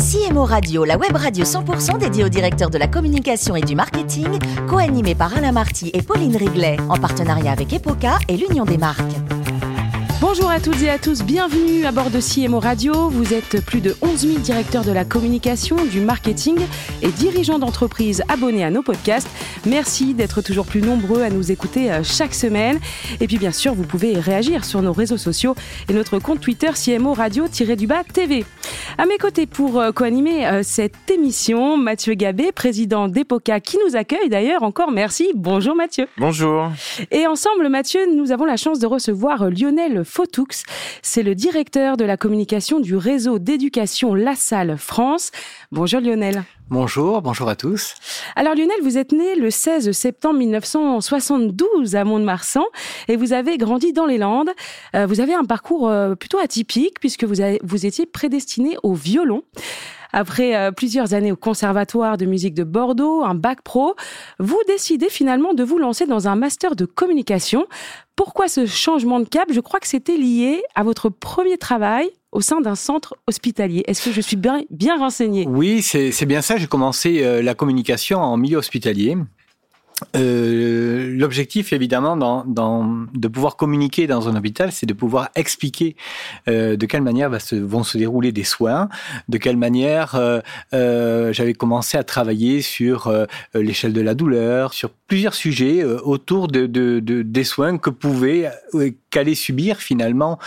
CMO Radio, la web radio 100% dédiée aux directeurs de la communication et du marketing, co-animée par Alain Marty et Pauline Riglet, en partenariat avec Epoca et l'Union des marques. Bonjour à toutes et à tous, bienvenue à bord de CMO Radio. Vous êtes plus de 11 000 directeurs de la communication, du marketing et dirigeants d'entreprises abonnés à nos podcasts. Merci d'être toujours plus nombreux à nous écouter chaque semaine. Et puis bien sûr, vous pouvez réagir sur nos réseaux sociaux et notre compte Twitter CMO Radio-TV. À mes côtés pour co-animer cette émission, Mathieu Gabé, président d'Epoca, qui nous accueille d'ailleurs encore. Merci. Bonjour Mathieu. Bonjour. Et ensemble, Mathieu, nous avons la chance de recevoir Lionel Fautoux. C'est le directeur de la communication du réseau d'éducation La Salle France. Bonjour Lionel. Bonjour à tous. Alors Lionel, vous êtes né le 16 septembre 1972 à Mont-de-Marsan et vous avez grandi dans les Landes. Vous avez un parcours plutôt atypique puisque vous étiez prédestiné au violon. Après plusieurs années au Conservatoire de musique de Bordeaux, un bac pro, vous décidez finalement de vous lancer dans un master de communication. Pourquoi ce changement de cap ? Je crois que c'était lié à votre premier travail au sein d'un centre hospitalier. Est-ce que je suis bien renseignée ? Oui, c'est bien ça. J'ai commencé la communication en milieu hospitalier. L'objectif, évidemment, de pouvoir communiquer dans un hôpital, c'est de pouvoir expliquer de quelle manière vont se dérouler des soins, de quelle manière j'avais commencé à travailler sur l'échelle de la douleur, sur plusieurs sujets autour des soins qu'allaient subir finalement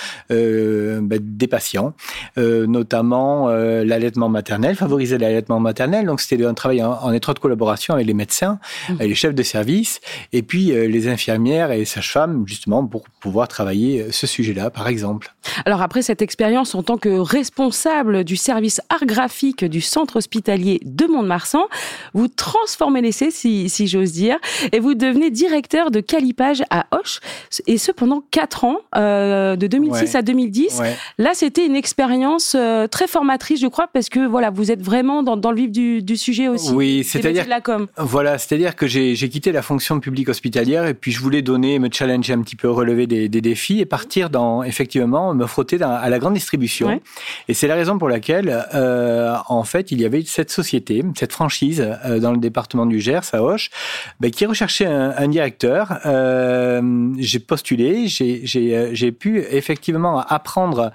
des patients, notamment l'allaitement maternel, favoriser l'allaitement maternel. Donc c'était un travail en étroite collaboration avec les médecins, avec les chefs de service, et puis les infirmières et les sages-femmes, justement, pour pouvoir travailler ce sujet-là, par exemple. Alors après cette expérience en tant que responsable du service art graphique du centre hospitalier de Mont-de-Marsan, vous transformez l'essai, si j'ose dire, et vous devenez directeur de calipage à Auch, et ce pendant 4 ans, de 2006 à 2010. Ouais. Là, c'était une expérience très formatrice, je crois, parce que voilà, vous êtes vraiment dans le vif du sujet aussi. Oui, c'est-à-dire de la com. Voilà, c'est-à-dire que j'ai quitté la fonction publique hospitalière et puis je voulais me challenger un petit peu, relever des défis et partir effectivement, me frotter à la grande distribution. Ouais. Et c'est la raison pour laquelle, en fait, il y avait cette société, cette franchise dans le département du Gers, à Auch, qui recherchait un directeur. J'ai postulé, j'ai pu effectivement apprendre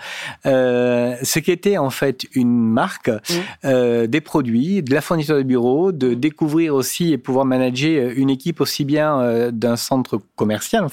ce qu'était en fait une marque, des produits, de la fourniture de bureaux, de découvrir aussi et pouvoir manager une équipe aussi bien d'un centre commercial,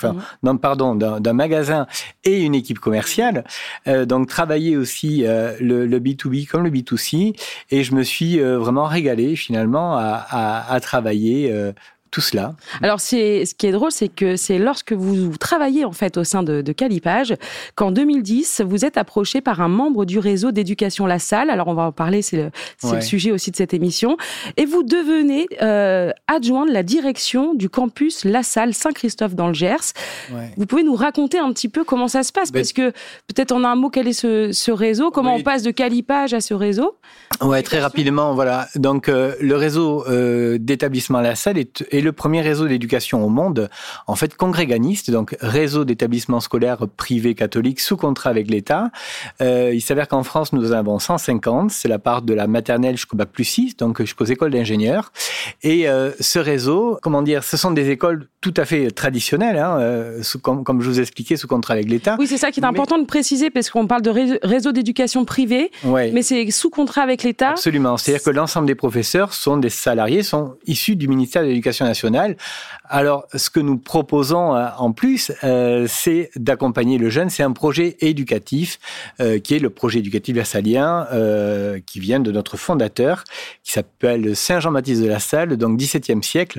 d'un magasin et une équipe commerciale. Donc travailler aussi le B2B comme le B2C, et je me suis vraiment régalé finalement à travailler tout cela. Alors, ce qui est drôle, c'est que c'est lorsque vous travaillez en fait au sein de Calipage qu'en 2010, vous êtes approché par un membre du réseau d'éducation La Salle. Alors, on va en parler, c'est le sujet aussi de cette émission. Et vous devenez adjoint de la direction du campus La Salle Saint-Christophe dans le Gers. Ouais. Vous pouvez nous raconter un petit peu comment ça se passe ? Parce que peut-être en un mot, quel est ce réseau ? Comment on passe de Calipage à ce réseau ? Ouais, très rapidement, voilà. Donc, le réseau d'établissement La Salle est le premier réseau d'éducation au monde, en fait congréganiste, donc réseau d'établissements scolaires privés catholiques sous contrat avec l'État. Il s'avère qu'en France, nous en avons 150, c'est la part de la maternelle jusqu'au bac plus 6, donc jusqu'aux écoles d'ingénieurs. Et ce réseau, ce sont des écoles tout à fait traditionnelles, comme je vous ai expliqué, sous contrat avec l'État. Oui, c'est ça qui est important de préciser, parce qu'on parle de réseau d'éducation privé, mais c'est sous contrat avec l'État. Absolument, c'est-à-dire que l'ensemble des professeurs sont des salariés, sont issus du ministère de l'Éducation nationale. Alors, ce que nous proposons en plus, c'est d'accompagner le jeune. C'est un projet éducatif qui est le projet éducatif lassalien, qui vient de notre fondateur, qui s'appelle Saint Jean-Baptiste de La Salle, donc XVIIe siècle,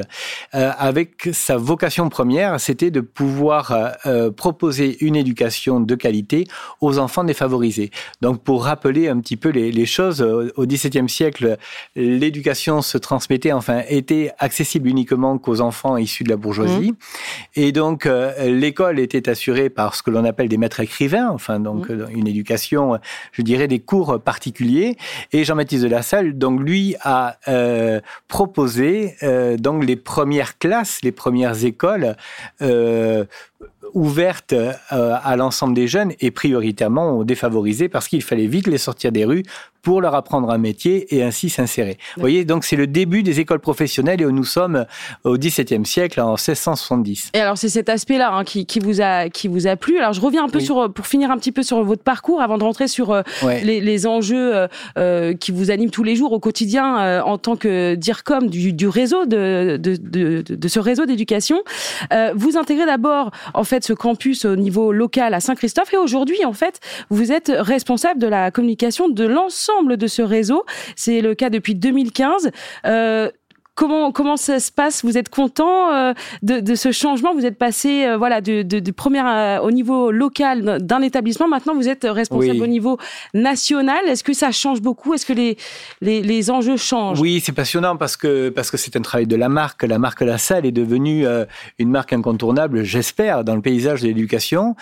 avec sa vocation première, c'était de pouvoir proposer une éducation de qualité aux enfants défavorisés. Donc, pour rappeler un petit peu les choses, au XVIIe siècle, l'éducation se transmettait, était accessible uniquement qu'aux enfants issus de la bourgeoisie. Et donc, l'école était assurée par ce que l'on appelle des maîtres écrivains, une éducation, je dirais, des cours particuliers. Et Jean-Baptiste de La Salle, donc, lui, a proposé donc les premières classes, les premières écoles ouverte à l'ensemble des jeunes et prioritairement aux défavorisés parce qu'il fallait vite les sortir des rues pour leur apprendre un métier et ainsi s'insérer. Vous voyez, donc c'est le début des écoles professionnelles et nous sommes au XVIIe siècle, en 1670. Et alors c'est cet aspect-là qui vous a plu. Alors je reviens un peu pour finir un petit peu sur votre parcours avant de rentrer sur les enjeux qui vous animent tous les jours au quotidien en tant que DIRCOM du réseau de ce réseau d'éducation. Vous intégrez d'abord en fait ce campus au niveau local à Saint-Christophe et aujourd'hui en fait vous êtes responsable de la communication de l'ensemble de ce réseau. C'est le cas depuis 2015. Comment ça se passe? Vous êtes content de ce changement? Vous êtes passé de première au niveau local d'un établissement. Maintenant, vous êtes responsable au niveau national. Est-ce que ça change beaucoup? Est-ce que les enjeux changent? Oui, c'est passionnant parce que c'est un travail de la marque. La marque La Salle est devenue une marque incontournable, j'espère, dans le paysage de l'éducation.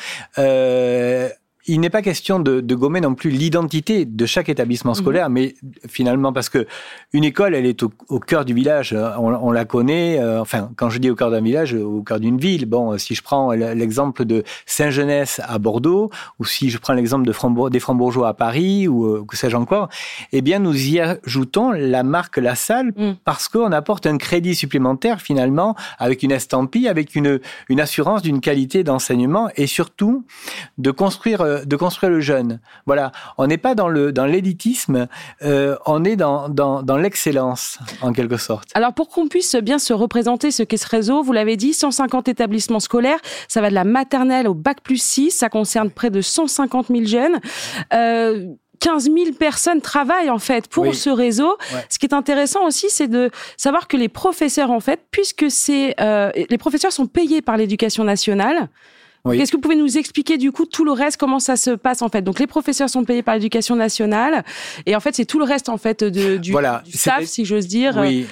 Il n'est pas question de gommer non plus l'identité de chaque établissement scolaire, mais finalement, parce que une école, elle est au cœur du village, on la connaît, quand je dis au cœur d'un village, au cœur d'une ville. Bon, si je prends l'exemple de Saint-Genès à Bordeaux, ou si je prends l'exemple des Frambourgeois à Paris, ou que sais-je encore, eh bien, nous y ajoutons la marque La Salle, parce qu'on apporte un crédit supplémentaire, finalement, avec une estampille, avec une assurance d'une qualité d'enseignement, et surtout, de construire le jeune. Voilà, on n'est pas dans l'élitisme, on est dans l'excellence, en quelque sorte. Alors, pour qu'on puisse bien se représenter ce qu'est ce réseau, vous l'avez dit, 150 établissements scolaires, ça va de la maternelle au bac+6, ça concerne près de 150 000 jeunes. 15 000 personnes travaillent en fait pour ce réseau. Ouais. Ce qui est intéressant aussi, c'est de savoir que les professeurs, en fait, puisque les professeurs sont payés par l'Éducation nationale. Oui. Est-ce que vous pouvez nous expliquer du coup tout le reste, comment ça se passe en fait? Donc les professeurs sont payés par l'Éducation nationale et en fait c'est tout le reste en fait du staff, si j'ose dire. Oui.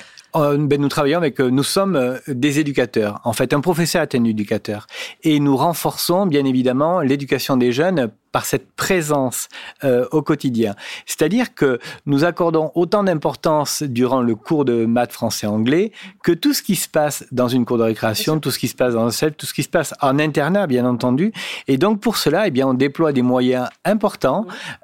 Nous sommes des éducateurs. En fait, un professeur est un éducateur. Et nous renforçons, bien évidemment, l'éducation des jeunes par cette présence au quotidien. C'est-à-dire que nous accordons autant d'importance durant le cours de maths, français, anglais, que tout ce qui se passe dans une cour de récréation, tout ce qui se passe dans un CEP, tout ce qui se passe en internat, bien entendu. Et donc, pour cela, on déploie des moyens importants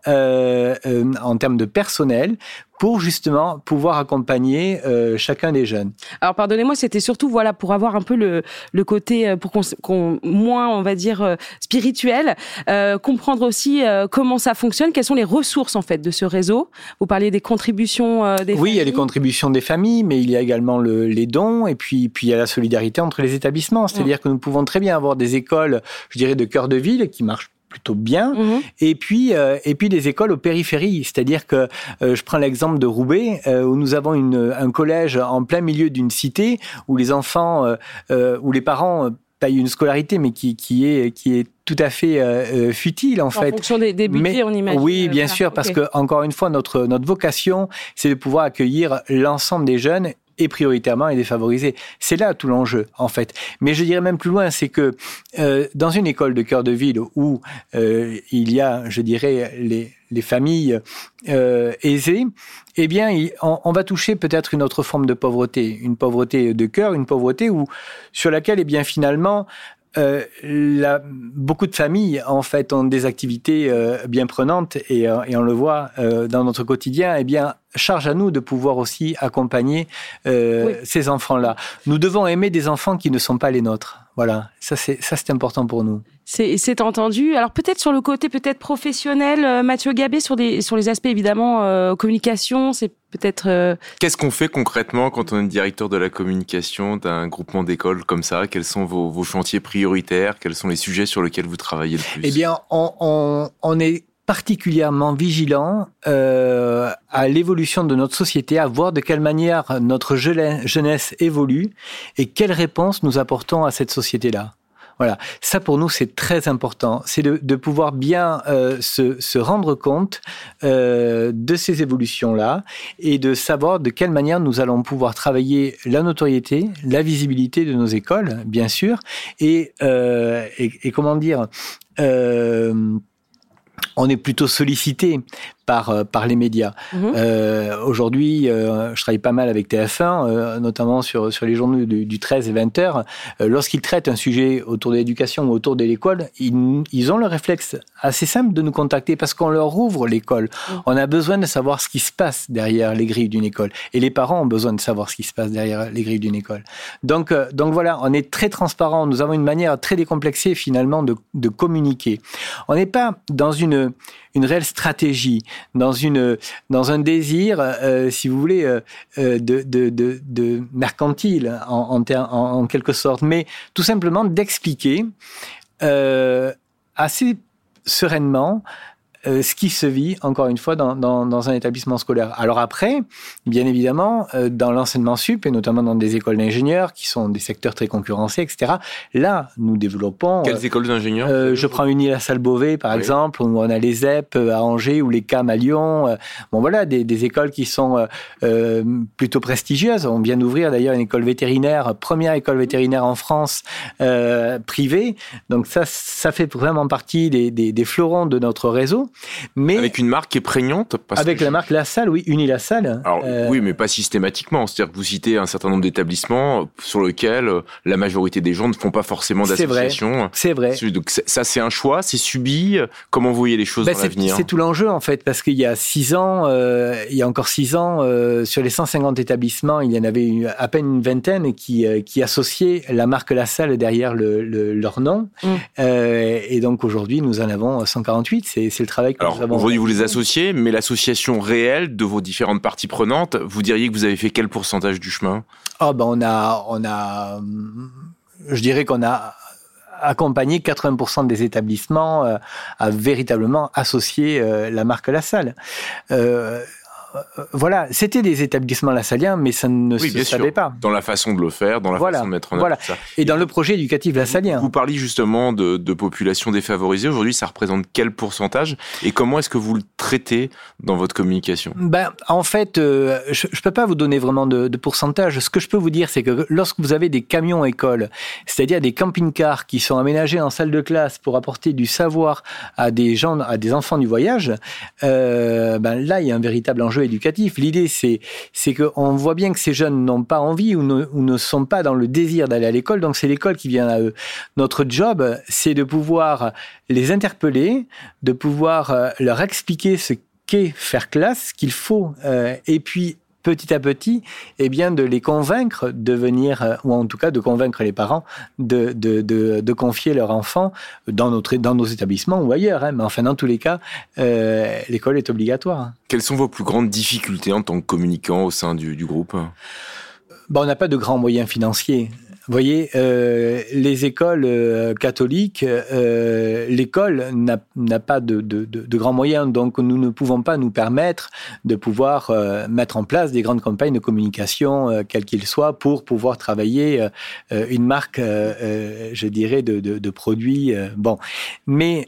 en termes de personnel pour justement pouvoir accompagner chacun des jeunes. Alors, pardonnez-moi, c'était surtout pour avoir un peu le côté, pour qu'on moins, on va dire, spirituel, comprendre aussi comment ça fonctionne, quelles sont les ressources en fait de ce réseau. Vous parliez des contributions des familles. Oui, il y a les contributions des familles, mais il y a également les dons et puis il y a la solidarité entre les établissements. C'est-à-dire que nous pouvons très bien avoir des écoles, je dirais, de cœur de ville qui marchent plutôt bien, et puis des écoles aux périphéries. C'est-à-dire que je prends l'exemple de Roubaix, où nous avons un collège en plein milieu d'une cité où les enfants, où les parents payent une scolarité, mais qui est tout à fait futile en fait. En fonction des budgets, on imagine. Oui, bien sûr, parce que encore une fois, notre vocation, c'est de pouvoir accueillir l'ensemble des jeunes et prioritairement les défavorisés. C'est là tout l'enjeu, en fait. Mais je dirais même plus loin, c'est que dans une école de cœur de ville où il y a, je dirais, les familles aisées, eh bien, on va toucher peut-être une autre forme de pauvreté, une pauvreté de cœur, une pauvreté sur laquelle, eh bien, finalement, beaucoup de familles en fait ont des activités bien prenantes et on le voit dans notre quotidien. Eh bien, charge à nous de pouvoir aussi accompagner ces enfants-là. Nous devons aimer des enfants qui ne sont pas les nôtres. Voilà, ça c'est important pour nous. C'est entendu. Alors peut-être sur le côté professionnel, Mathieu Gabé, sur les aspects évidemment communication, c'est peut-être... Qu'est-ce qu'on fait concrètement quand on est directeur de la communication d'un groupement d'écoles comme ça? Quels sont vos chantiers prioritaires? Quels sont les sujets sur lesquels vous travaillez le plus? Eh bien, on est particulièrement vigilant à l'évolution de notre société, à voir de quelle manière notre jeunesse évolue et quelles réponses nous apportons à cette société-là. Voilà, ça pour nous c'est très important, c'est de pouvoir bien se rendre compte de ces évolutions-là et de savoir de quelle manière nous allons pouvoir travailler la notoriété, la visibilité de nos écoles, bien sûr, et comment dire... on est plutôt sollicité par les médias. Aujourd'hui, je travaille pas mal avec TF1, notamment sur les journaux du 13 et 20 heures. Lorsqu'ils traitent un sujet autour de l'éducation ou autour de l'école, ils ont le réflexe assez simple de nous contacter parce qu'on leur ouvre l'école. On a besoin de savoir ce qui se passe derrière les grilles d'une école. Et les parents ont besoin de savoir ce qui se passe derrière les grilles d'une école. Donc voilà, on est très transparent. Nous avons une manière très décomplexée finalement de communiquer. On n'est pas dans une réelle stratégie, dans un désir, si vous voulez, de mercantile en quelque sorte, mais tout simplement d'expliquer assez sereinement ce qui se vit, encore une fois, dans un établissement scolaire. Alors après, bien évidemment, dans l'enseignement sup, et notamment dans des écoles d'ingénieurs, qui sont des secteurs très concurrencés, etc., là, nous développons... Quelles écoles d'ingénieurs je prends Uni-la-Salle-Beauvais, par exemple, où on a les ZEP à Angers, ou les CAM à Lyon. Bon, voilà, des écoles qui sont plutôt prestigieuses. On vient d'ouvrir, d'ailleurs, une école vétérinaire, première école vétérinaire en France, privée. Donc ça fait vraiment partie des fleurons de notre réseau. Mais avec une marque qui est prégnante avec la marque La Salle, oui, Uni-la-Salle. Alors, oui, mais pas systématiquement. C'est-à-dire que vous citez un certain nombre d'établissements sur lesquels la majorité des gens ne font pas forcément d'association. C'est vrai. Donc ça, c'est un choix, c'est subi. Comment vous voyez les choses dans l'avenir ? C'est tout l'enjeu, en fait, parce qu'il y a 6 ans, il y a encore 6 ans, sur les 150 établissements, il y en avait à peine une vingtaine qui associaient la marque La Salle derrière leur nom. Et donc, aujourd'hui, nous en avons 148. C'est le travail. Alors, aujourd'hui, vous les associez, mais l'association réelle de vos différentes parties prenantes, vous diriez que vous avez fait quel pourcentage du chemin ? Je dirais qu'on a accompagné 80% des établissements à véritablement associer la marque La Salle. Voilà, c'était des établissements lassaliens, mais ça ne se savait pas. Dans la façon de le faire, dans la façon de mettre en œuvre ça. Et dans le projet éducatif lassalien. Vous parliez justement de populations défavorisées. Aujourd'hui, ça représente quel pourcentage ? Et comment est-ce que vous le traitez dans votre communication ? En fait, je ne peux pas vous donner vraiment de pourcentage. Ce que je peux vous dire, c'est que lorsque vous avez des camions écoles, c'est-à-dire des camping-cars qui sont aménagés en salle de classe pour apporter du savoir à des enfants du voyage, là, il y a un véritable enjeu éducatif. L'idée, c'est qu'on voit bien que ces jeunes n'ont pas envie ou ne sont pas dans le désir d'aller à l'école, donc c'est l'école qui vient à eux. Notre job, c'est de pouvoir les interpeller, de pouvoir leur expliquer ce qu'est faire classe, ce qu'il faut, et puis petit à petit, de les convaincre de venir, ou en tout cas de convaincre les parents de confier leur enfant dans nos établissements ou ailleurs. Mais enfin, dans tous les cas, l'école est obligatoire. Quelles sont vos plus grandes difficultés en tant que communicant au sein du groupe ? On n'a pas de grands moyens financiers. Vous voyez, les écoles catholiques, l'école n'a pas de grands moyens, donc nous ne pouvons pas nous permettre de pouvoir mettre en place des grandes campagnes de communication, quelles qu'ils soient, pour pouvoir travailler une marque, je dirais, de produits. Mais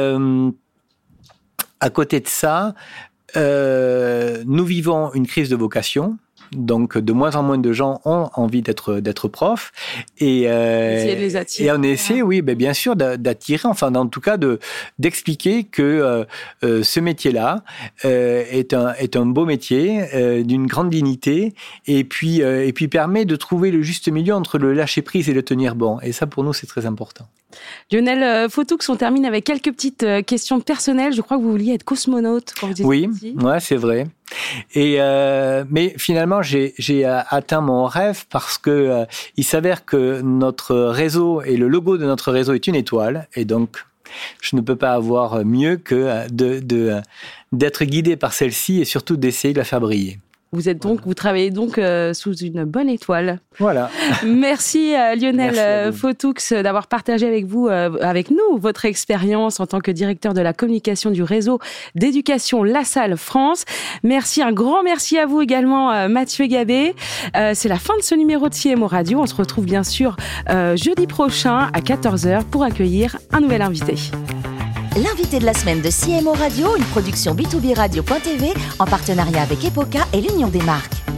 à côté de ça, nous vivons une crise de vocation. Donc, de moins en moins de gens ont envie d'être profs. Et de les attirer. Et on essaie, oui, bien sûr, d'attirer, enfin, en tout cas, d'expliquer que ce métier-là est un beau métier, d'une grande dignité, et puis permet de trouver le juste milieu entre le lâcher-prise et le tenir bon. Et ça, pour nous, c'est très important. Lionel Fautoux, on termine avec quelques petites questions personnelles. Je crois que vous vouliez être cosmonaute quand vous étiez petit. Oui, c'est vrai. Et mais finalement, j'ai atteint mon rêve parce que il s'avère que notre réseau et le logo de notre réseau est une étoile, et donc je ne peux pas avoir mieux que d'être guidé par celle-ci et surtout d'essayer de la faire briller. Vous travaillez donc sous une bonne étoile. Voilà. Merci Lionel Fautoux d'avoir partagé avec nous votre expérience en tant que directeur de la communication du réseau d'éducation La Salle France. Merci, un grand merci à vous également Mathieu Gabé. C'est la fin de ce numéro de CMO Radio. On se retrouve bien sûr jeudi prochain à 14h pour accueillir un nouvel invité. L'invité de la semaine de CMO Radio, une production B2B Radio.tv en partenariat avec Epoca et l'Union des marques.